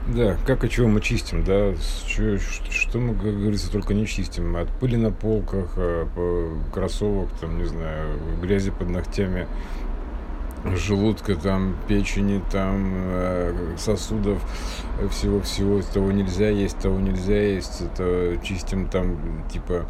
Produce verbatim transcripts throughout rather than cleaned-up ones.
Да, как и чего мы чистим, да, с чё- ш- что мы, как говорится, только не чистим. От пыли на полках, э, по- кроссовок, там, не знаю, грязи под ногтями, желудка, там, печени, там, э, сосудов, э, всего-всего. Того нельзя есть, того нельзя есть. Это чистим там, типа,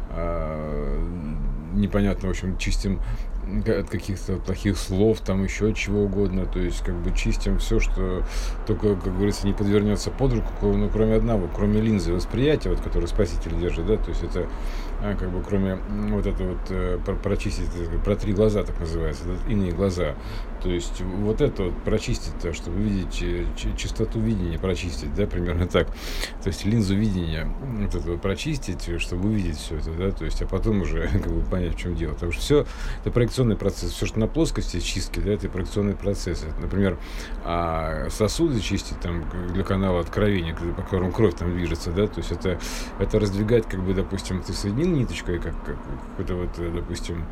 а, непонятно, в общем, чистим ка- от каких-то плохих слов, там еще чего угодно. То есть, как бы чистим все, что только, как говорится, не подвернется под руку, ко- ну, кроме одного, кроме линзы восприятия, вот, которую спаситель держит, да, то есть это а, как бы кроме м, вот это вот э, про- прочистить, э, про три глаза, так называется, да, иные глаза. То есть вот это вот прочистить, то, чтобы видеть э, чи- чистоту видения, прочистить, да, примерно так. То есть линзу видения м, вот это вот прочистить, э, чтобы увидеть все это, да, то есть, а потом уже как бы понять, в чем дело. Потому что все это проекционный процесс, все, что на плоскости чистки, да, это проекционный процесс. Это, например, а, сосуды чистить там к- для канала откровения, к- по которому кровь там движется, да, то есть это, это раздвигать, как бы, допустим, ты соединил ниточкой, как, как какой-то вот, э, допустим,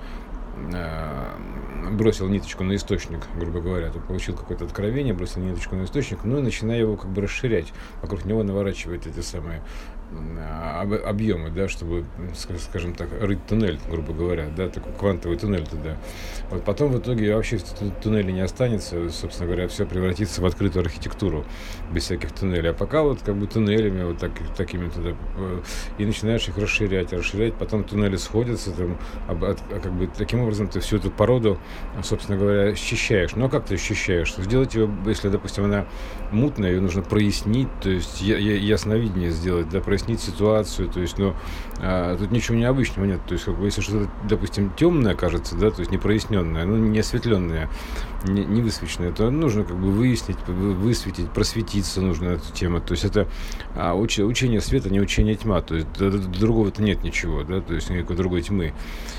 а, бросил ниточку на источник, грубо говоря, ты получил какое-то откровение, бросил ниточку на источник, ну и начинай его как бы расширять, вокруг него наворачивать эти самые м, а, об- объемы, да, чтобы, м, ска- скажем так, рыть туннель, грубо говоря, да, такой квантовый туннель туда. Вот потом в итоге вообще в ту- туннеле не останется, собственно говоря, все превратится в открытую архитектуру без всяких туннелей. А пока вот как бы туннелями вот так, такими туда э, и начинаешь их расширять, расширять, потом туннели сходятся, там, об- от- а как бы таким образом ты всю эту породу, а, собственно говоря, счищаешь. Ну а как ты счищаешь? Сделать ее, если, допустим, она мутная, ее нужно прояснить, то есть я, я- ясновидение сделать, да, прояснить ситуацию, то есть, ну, а, тут ничего необычного нет, то есть, как бы, если что-то, допустим, темное кажется, да, то есть непроясненное, ну, не осветленное, не, не высвеченное, то нужно как бы выяснить, вы- высветить, просветиться нужно эту тему, то есть это а, уч- учение света, не учение тьма, то есть д- д- другого-то нет ничего, да, то есть никакой другой тьмы.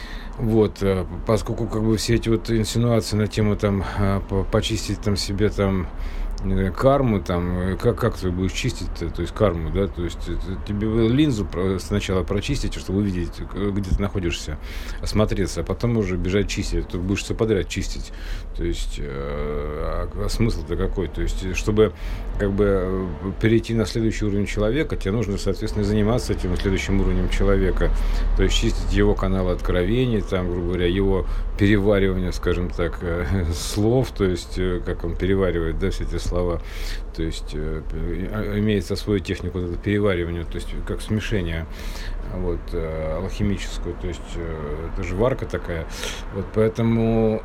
Вот, э, поскольку как бы все эти вот инсинуации на тему там а, по- почистить там себе там э, карму там, э, как, как ты будешь чистить, то есть карму, да, то есть э, тебе бы линзу про- сначала прочистить, чтобы увидеть, э, где ты находишься, осмотреться, а потом уже бежать чистить, ты будешь все подряд чистить, то есть, э, а, а смысл-то какой, то есть, э, чтобы как бы э, перейти на следующий уровень человека, тебе нужно, соответственно, заниматься этим следующим уровнем человека, то есть чистить его каналы откровений, там, грубо говоря, его переваривание, скажем так, э, слов, то есть э, как он переваривает, да, все эти слова, то есть э, э, имеет свою технику вот это переваривания, то есть как смешение, вот, э, алхимическую, то есть э, это же варка такая, вот поэтому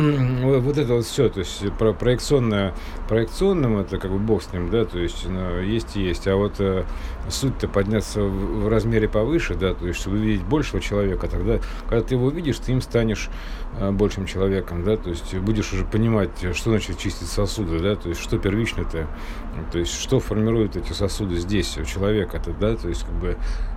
вот вот это вот все, то есть про проекционное, проекционным это как бы бог с ним, да, то есть ну, есть и есть, а вот э, суть-то подняться в, в размере повыше, да, то есть чтобы увидеть большего человека, тогда, когда ты его увидишь, ты им станешь э, большим человеком, да, то есть будешь уже понимать, что значит чистить сосуды, да, то есть что первично-то, то есть что формирует эти сосуды здесь у человека-то, да, то есть как бы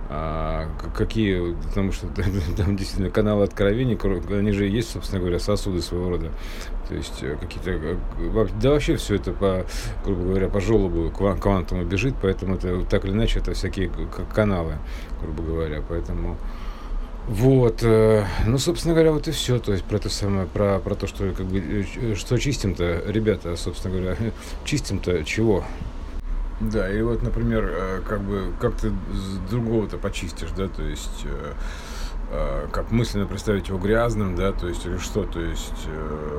а, к- какие, потому что там действительно каналы откровений, кро- они же есть, собственно говоря, сосуды своего рода, то есть э, какие-то, э, во- да вообще все это по, грубо говоря, по желобу ква- квантуму бежит, поэтому это так или иначе это всякие к- к- каналы, грубо говоря, поэтому вот, э, ну, собственно говоря, вот и все, то есть про то самое, про, про то, что как бы, э, ч- что чистим-то, ребята, собственно говоря, чистим-то чего? Да, и вот, например, э, как бы, как ты с другого-то почистишь, да, то есть, э, э, как мысленно представить его грязным, да, то есть, или что, то есть,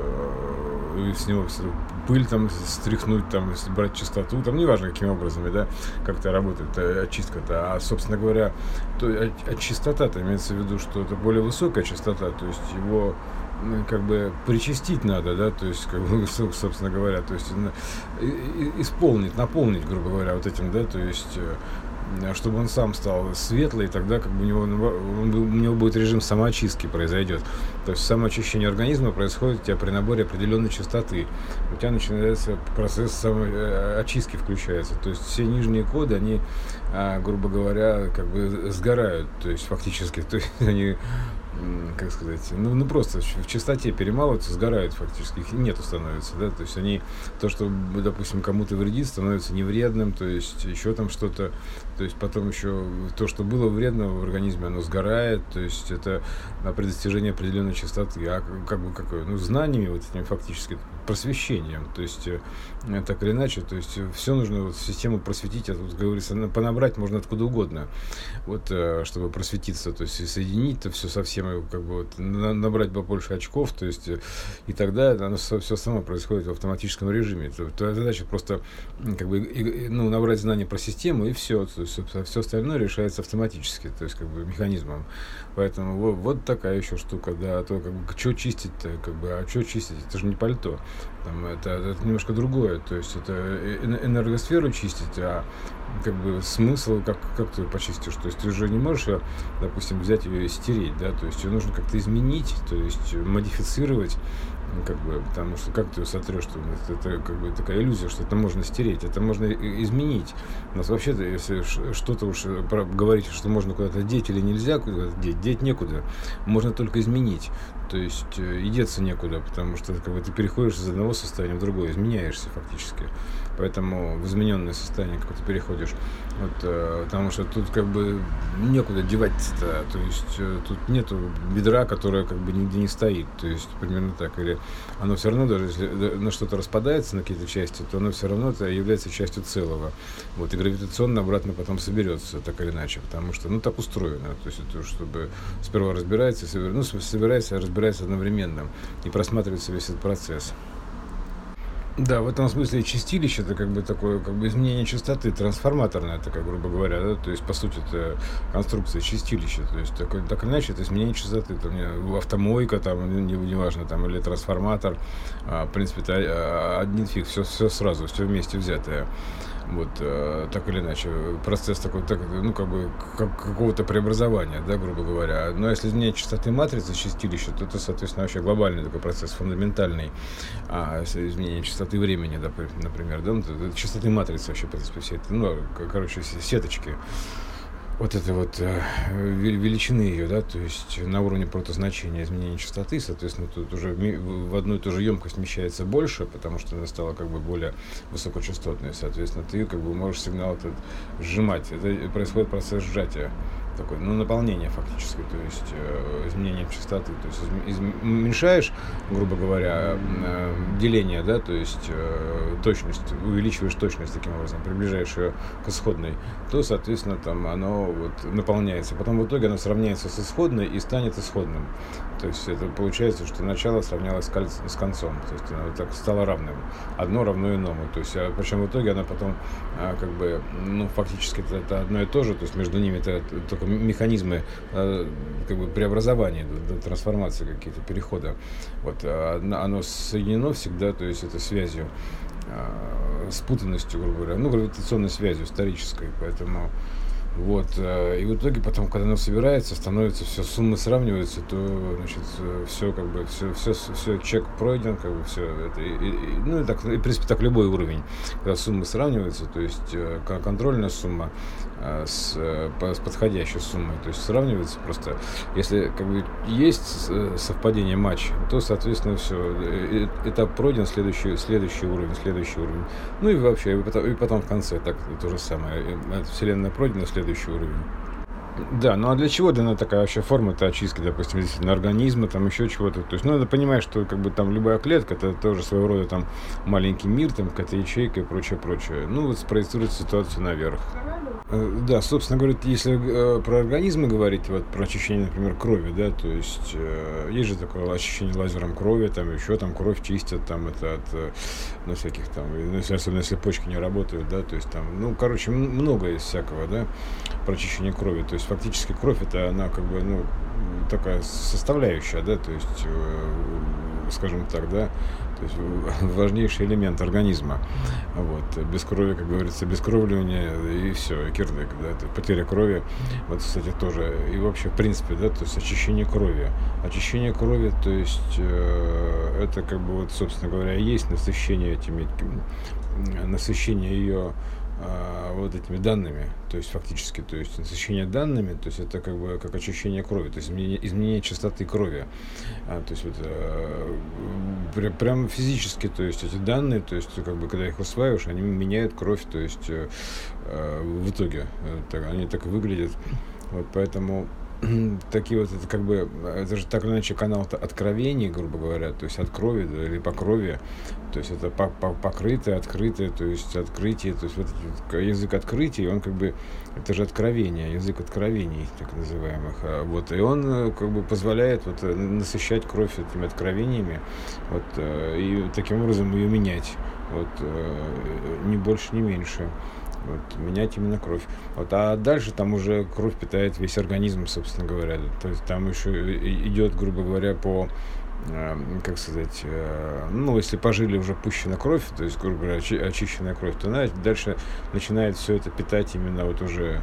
э, и с него всю пыль там стряхнуть, там, если брать чистоту, там, неважно, какими образами, да, как это работает, э, очистка-то, а, собственно говоря, то, а, а чистота-то имеется в виду, что это более высокая частота, то есть, его м, как бы причастить надо, да, то есть, как бы, со- собственно говоря, то есть, на- и- и- исполнить, наполнить, грубо говоря, вот этим, да, то есть, э, чтобы он сам стал светлый, тогда как бы у него, наво- он бу- у него будет режим самоочистки произойдет. То есть самоочищение организма происходит у тебя при наборе определенной частоты. У тебя начинается процесс самоочистки включается. То есть все нижние коды, они, а, грубо говоря, как бы сгорают, то есть фактически, то есть они м, как сказать, ну, ну просто в в чистоте перемалываются, сгорают фактически, их нету становится, да, то есть они, то, что, б- допустим, кому-то вредит, становится невредным, то есть еще там что-то, то есть потом еще то, что было вредно в организме, оно сгорает, то есть это а, при достижении определенной частоты, а к- как бы какое, ну, знаниями вот этим фактически, просвещением, то есть э, э, так или иначе, то есть все нужно вот в систему просветить, а тут, говорится, на- понабрать можно откуда угодно, вот, э, чтобы просветиться, то есть и соединить это все совсем, э, как бы вот, на- набрать побольше очков, то есть, э, и тогда оно все само происходит в автоматическом режиме. То- Твоя задача просто, м, как бы, и- и, ну, набрать знания про систему, и все, то есть, все остальное решается автоматически, то есть, как бы, механизмом. Поэтому вот, вот такая еще штука, да, а то, как бы, что чистить-то, как бы, а что чистить, это же не пальто, там, это, это немножко другое, то есть, это э- э- энергосферу чистить, а как бы смысл, как, как ты ее почистишь, то есть ты же не можешь ее, допустим, взять ее и стереть, да, то есть ее нужно как-то изменить, то есть модифицировать, ну, как бы, потому что как ты ее сотрешь, что это, это как бы такая иллюзия, что это можно стереть, это можно и- изменить. У нас вообще-то, если ш- что-то уж э, про- говорить, что можно куда-то деть или нельзя куда-то деть, деть некуда, можно только изменить. То есть э, и деться некуда, потому что как бы, ты переходишь из одного состояния в другое, изменяешься фактически. Поэтому в измененное состояние какое-то переходишь. Вот, э, потому что тут как бы некуда девать-то. То есть э, тут нету бедра, которое как бы нигде не стоит. То есть примерно так. Или оно все равно, даже если э, на что-то распадается, на какие-то части, то оно все равно это является частью целого. Вот, и гравитационно обратно потом соберется, так или иначе. Потому что, ну, так устроено. То есть это чтобы сперва разбирается, и собир- ну, с- собирается и разбирается одновременно. И просматривается весь этот процесс. Да, в этом смысле чистилище это как бы такое, как бы изменение частоты, трансформаторное, такая, грубо говоря, да, то есть, по сути, это конструкция чистилища, то есть, так, так или иначе, это изменение частоты, там, не- автомойка, там, не, не важно, там, или трансформатор, а, в принципе, это а, один фиг, все, все сразу, все вместе взятое. Вот, э, так или иначе, процесс такой, так, ну, как бы, как, какого-то преобразования, да, грубо говоря. Но если изменять частоты матрицы чистилища, то это, соответственно, вообще глобальный такой процесс, фундаментальный. А если изменение частоты времени, допу- например, да, ну, то это частоты матрицы вообще, в принципе, все это, ну, к- короче, се- сеточки вот этой вот э, ве- величины ее, да, то есть на уровне протозначения изменения частоты, соответственно, тут уже в ми- в одну и ту же емкость вмещается больше, потому что она стала как бы более высокочастотной, соответственно, ты как бы можешь сигнал этот сжимать. Это происходит процесс сжатия такой, ну, наполнение фактически, то есть э, изменение частоты, то есть изм- изм- уменьшаешь, грубо говоря, э, деление, да, то есть э, точность, увеличиваешь точность таким образом, приближаешь ее к исходной, то, соответственно, там оно вот наполняется. Потом в итоге оно сравняется с исходной и станет исходным. То есть это получается, что начало сравнялось с, кольц- с концом, то есть оно вот так стало равным. Одно равно иному. То есть, а, причем в итоге оно потом а, как бы, ну, фактически это, это одно и то же, то есть между ними это, это только механизмы а, как бы преобразования, д- д- трансформации какие-то, перехода. Вот, а, оно оно соединено всегда, то есть это связью, а, спутанностью, грубо говоря, ну, гравитационной связью исторической, поэтому вот, э, и в итоге потом, когда оно собирается, становится все, суммы сравниваются, то, значит, все, как бы, все, все, все, чек пройден, как бы, все, это, и- и- и, ну, и так, и, в принципе, так любой уровень, когда суммы сравниваются, то есть, э, кон- контрольная сумма э, с, э, по- с подходящей суммой, то есть, сравнивается просто, если, как бы, есть э, совпадение матч, то, соответственно, все, этап пройден, следующий, следующий уровень, следующий уровень, ну, и вообще, и потом, и потом в конце так, то же самое, э, вселенная пройдена, следующий уровень. Да, ну а для чего дана такая вообще форма-то очистки, допустим, действительно организма, там еще чего-то. То есть, ну, надо понимать, что как бы там любая клетка это тоже своего рода там маленький мир, там какая-то ячейка и прочее, прочее. Ну, вот спроецировать ситуацию наверх. Э, Да, собственно говоря, если э, про организмы говорить, вот про очищение, например, крови, да, то есть э, есть же такое очищение лазером крови, там еще там кровь чистят, там это от, э, ну, всяких там, и, ну, если, особенно если почки не работают, да, то есть там, ну, короче, м- много есть всякого, да, про очищение крови, то есть фактически кровь это она как бы, ну, такая составляющая, да, то есть, э, скажем так, да, то есть важнейший элемент организма. Вот. Без крови, как говорится, обескровливание и все, и кирдык, да, это потеря крови. Вот, кстати, тоже. И вообще, в принципе, да, то есть очищение крови. Очищение крови, то есть э, это как бы вот, собственно говоря, и есть насыщение этими, насыщение ее а, вот этими данными, то есть фактически, то есть насыщение данными, то есть это как бы как очищение крови, то есть изменение, изменение частоты крови, а, то есть вот а, пря- прям физически, то есть эти данные, то есть как бы когда их усваиваешь, они меняют кровь, то есть э, э, в итоге э, так- они так выглядят, вот поэтому такие вот, это как бы, это же так или иначе канал откровений, грубо говоря, то есть от крови, да, или по крови, то есть это по- по- покрытое, открытое, то есть открытие, то есть вот этот вот к- язык открытий, он как бы, это же откровение, язык откровений, так называемых, а, вот, и он э, как бы позволяет вот э, насыщать кровь этими откровениями, вот, э, и таким образом ее менять, вот, э, ни больше, ни меньше. Вот, менять именно кровь. Вот, а дальше там уже кровь питает весь организм, собственно говоря. То есть там еще и- идет, грубо говоря, по, э, как сказать, э, ну, если по жиле уже пущена кровь, то есть, грубо говоря, очи- очищенная кровь, то она дальше начинает все это питать именно вот уже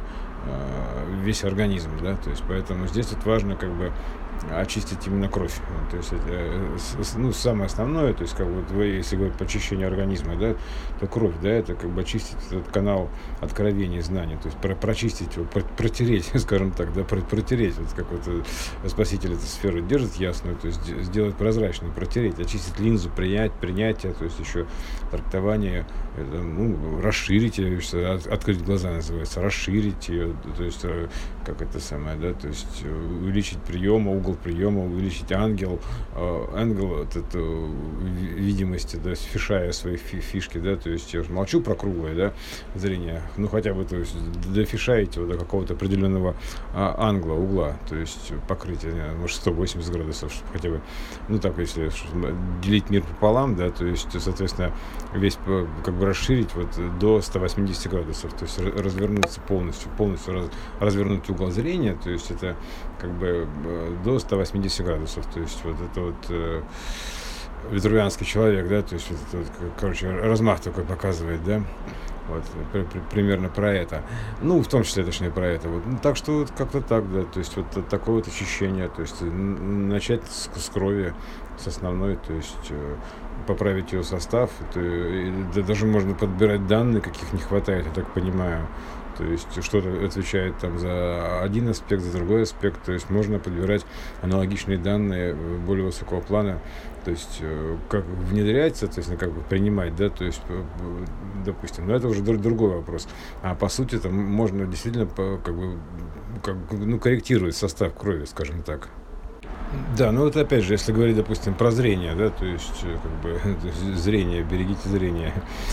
э, весь организм, да, то есть поэтому здесь вот важно как бы очистить именно кровь. Вот, то есть это, э, с- с- ну, самое основное, то есть как бы вот вы, если говорить по очищению организма, да, то кровь, да, это как бы очистить этот канал откровений, знаний, то есть про- прочистить его, про- протереть, скажем так, да, про- протереть, вот как вот э, Спаситель эту сферу держит ясную, то есть де- сделать прозрачной, протереть, очистить линзу, принять, принятие, то есть еще трактование, это, ну, расширить ее, что от- открыть глаза называется, расширить ее, то есть э, как это самое, да, то есть э, увеличить прием, угол приема, увеличить ангел, э, ангел, вот эту ви- видимости, да, фишая свои фи- фишки, да, то есть я уже молчу про круглое, да, зрение, ну хотя бы, то есть дофишаете вот до какого-то определенного а, англа, угла, то есть покрытие, не знаю, может, сто восемьдесят градусов, чтобы хотя бы, ну так, если чтобы делить мир пополам, да, то есть, соответственно, весь по- как бы расширить вот до ста восьмидесяти градусов, то есть ра- развернуться полностью, полностью раз- развернуть угол зрения, то есть это как бы э, до ста восьмидесяти градусов, то есть вот это вот э, ветрувианский человек, да, то есть вот это вот, к- короче, размах такой показывает, да, вот, при- при- примерно про это, ну, в том числе, точнее, про это, вот, ну, так что вот как-то так, да, то есть вот та- такое вот ощущение, то есть н- начать с, с крови, с основной, то есть э, поправить ее состав, это, и да, даже можно подбирать данные, каких не хватает, я так понимаю, то есть что-то отвечает там за один аспект, за другой аспект, то есть можно подбирать аналогичные данные э, более высокого плана, то есть э, как внедрять, соответственно, как бы принимать, да, то есть, э, э, допустим, но это уже друг- другой вопрос. А по сути, там можно действительно по- как бы, как, бы, ну, корректировать состав крови, скажем так. Да, ну вот опять же, если говорить, допустим, про зрение, да, то есть э, как бы зрение, берегите зрение,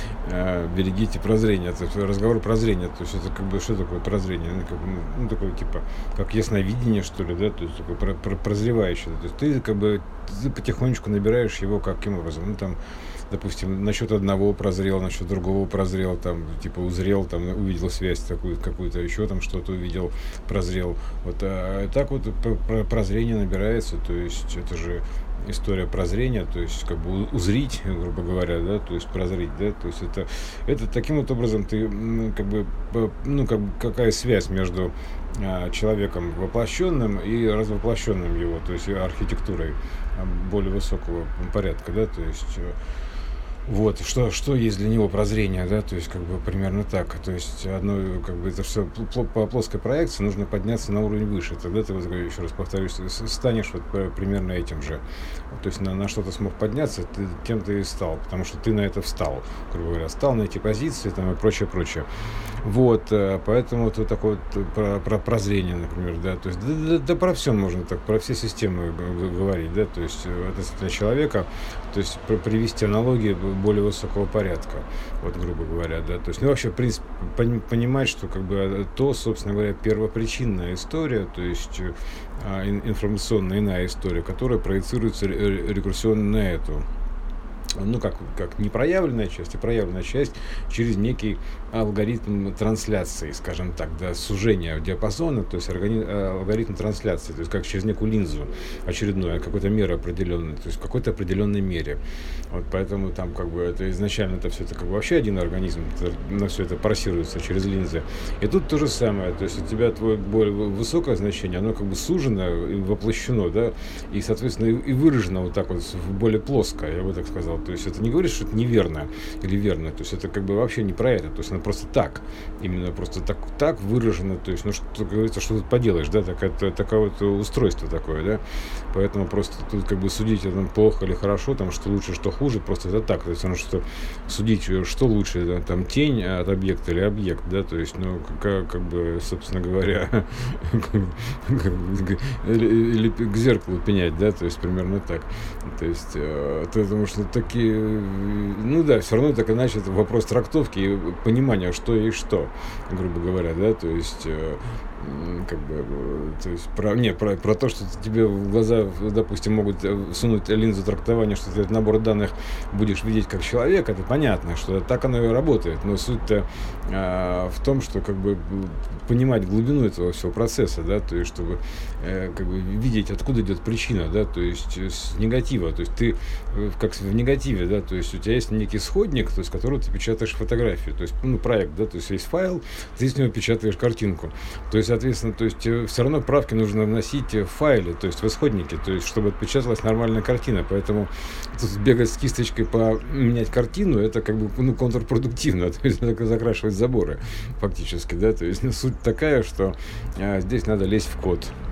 э, берегите прозрение, это разговор про зрение, то есть это как бы что такое прозрение, ну, как бы, ну такое типа как ясновидение, что ли, да, то есть такое про- про- прозревающее, то есть ты как бы ты потихонечку набираешь его каким образом, ну там, допустим, насчет одного прозрел, насчет другого прозрел, там, типа узрел, там, увидел связь такую, какую-то, еще там что-то увидел, прозрел. Вот а, так вот п- про- прозрение набирается, то есть это же история прозрения, то есть как бы у- узрить, грубо говоря, да, то есть прозрить, да, то есть это, это таким вот образом ты, м, как бы, п- ну, как бы, какая связь между а, человеком воплощенным и развоплощенным его, то есть архитектурой а, более высокого порядка, да, то есть э, вот, что, что есть для него прозрение, да, то есть как бы примерно так. То есть одно, как бы это все по плоской проекции, нужно подняться на уровень выше. Тогда ты, вот, говорю, еще раз повторюсь, с- станешь вот п- примерно этим же. То есть на, на что-то смог подняться, ты, тем ты и стал, потому что ты на это встал, грубо говоря, стал на эти позиции там, и прочее, прочее. Вот, э, поэтому вот, вот такое вот про, про прозрение, например, да, то есть да, да- да про все можно так, про все системы г- г- говорить, да, то есть э, относительно человека, то есть про- привести аналогии б- более высокого порядка, вот, грубо говоря, да, то есть, ну, вообще, в принципе, пони- понимать, что, как бы, э, то, собственно говоря, первопричинная история, то есть э, а, ин- информационная иная история, которая проецируется ре- ре- рекурсионно на эту, ну, как, как не проявленная часть, а проявленная часть через некий алгоритм трансляции, скажем так, да, сужения диапазона, то есть органи- э, алгоритм трансляции, то есть как через некую линзу очередную, какой-то меры определенной, то есть в какой-то определенной мере. Вот поэтому там как бы это изначально это все это как бы вообще один организм, это, на все это парсируется через линзы. И тут то же самое, то есть у тебя твое более высокое значение, оно как бы сужено и воплощено, да, и, соответственно, и, и выражено вот так вот более плоско, я бы так сказал. То есть это не говорит, что это неверно или верно. То есть это как бы вообще не про это. То есть она просто так. Именно просто так, так выражено. То есть, ну, что, как говорится, что тут поделаешь, да, так, это, такое вот устройство такое, да. Поэтому просто тут как бы судить, там, плохо или хорошо, там, что лучше, что хуже, просто это так. То есть, оно что судить, что лучше, да, там, тень от объекта или объект, да, то есть, ну, как, как бы, собственно говоря, или к зеркалу пенять, да, то есть, примерно так. То есть, потому что такие, ну да, все равно так иначе это вопрос трактовки и понимания, что и что, грубо говоря, да, то есть, как бы, то есть, про, не, про, про то, что тебе в глаза, допустим, могут сунуть линзу трактования, что ты этот набор данных будешь видеть как человек, это понятно, что так оно и работает, но суть-то а, в том, что, как бы, понимать глубину этого всего процесса, да, то есть, чтобы, э, как бы, видеть, откуда идет причина, да, то есть, с негатива, то есть, ты, как в негативе, да, то есть, у тебя есть некий сходник, то есть, с которого ты печатаешь фотографию, то есть, ну, проект, да, то есть, есть файл, ты с него печатаешь картинку, то есть, соответственно, то есть, все равно правки нужно вносить в файле, то есть, в исходнике, то есть, чтобы отпечаталась нормальная картина, поэтому тут бегать с кисточкой поменять картину, это, как бы, ну, контрпродуктивно, то есть, это закрашивать заборы, фактически, да, то есть, ну, суть такая, что а, здесь надо лезть в код.